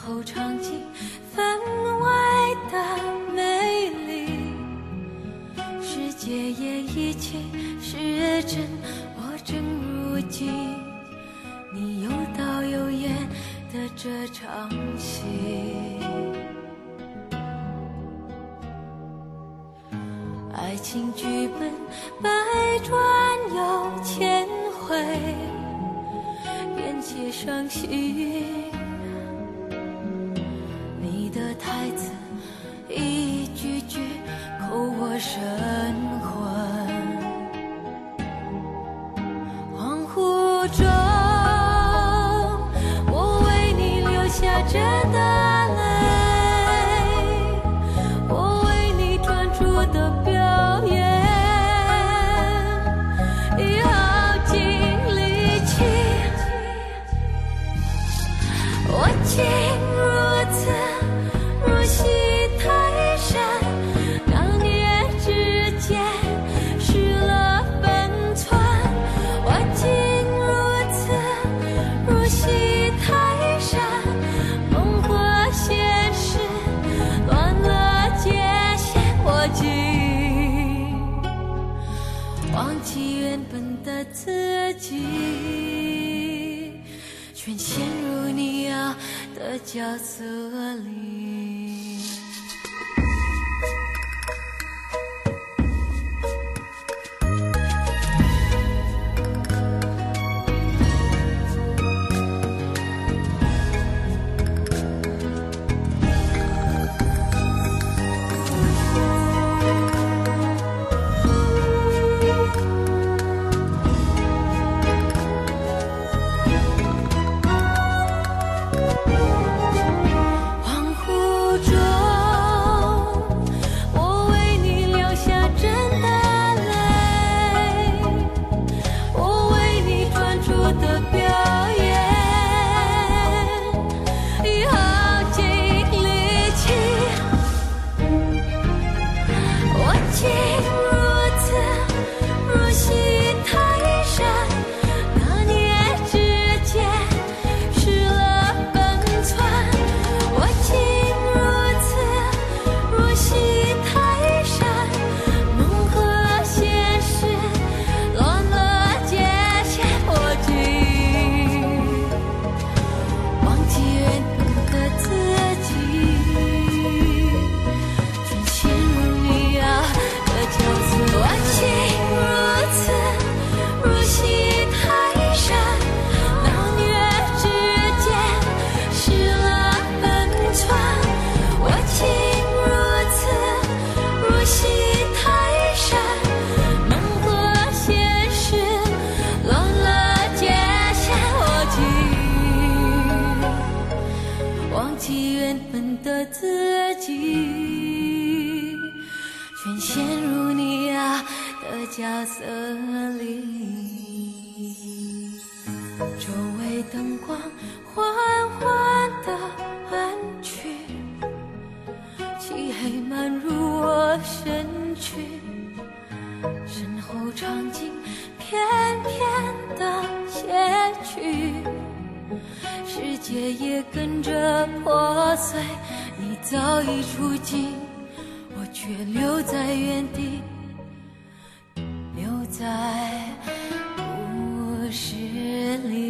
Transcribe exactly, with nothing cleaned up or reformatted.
后尝尽分外的美丽。世界也一切是真，我正如今你有导有演的这场戏。爱情剧本百转又千回，便且伤心。你的台词一句句扣我神魂，恍惚中我为你流下真的泪，我为你专注的表演已耗尽力气，我竟如此入戏太深，当年之间失了分寸，我竟如此入戏太深，梦和现实乱了界限，我竟忘记原本的自己，全陷入你要的角色里。自己全陷入你要的角色里，周围灯光缓缓地暗去，漆黑漫入我身躯，身后场景片片的写去，世界也跟着破碎，你早已出境，我却留在原地，留在故事里。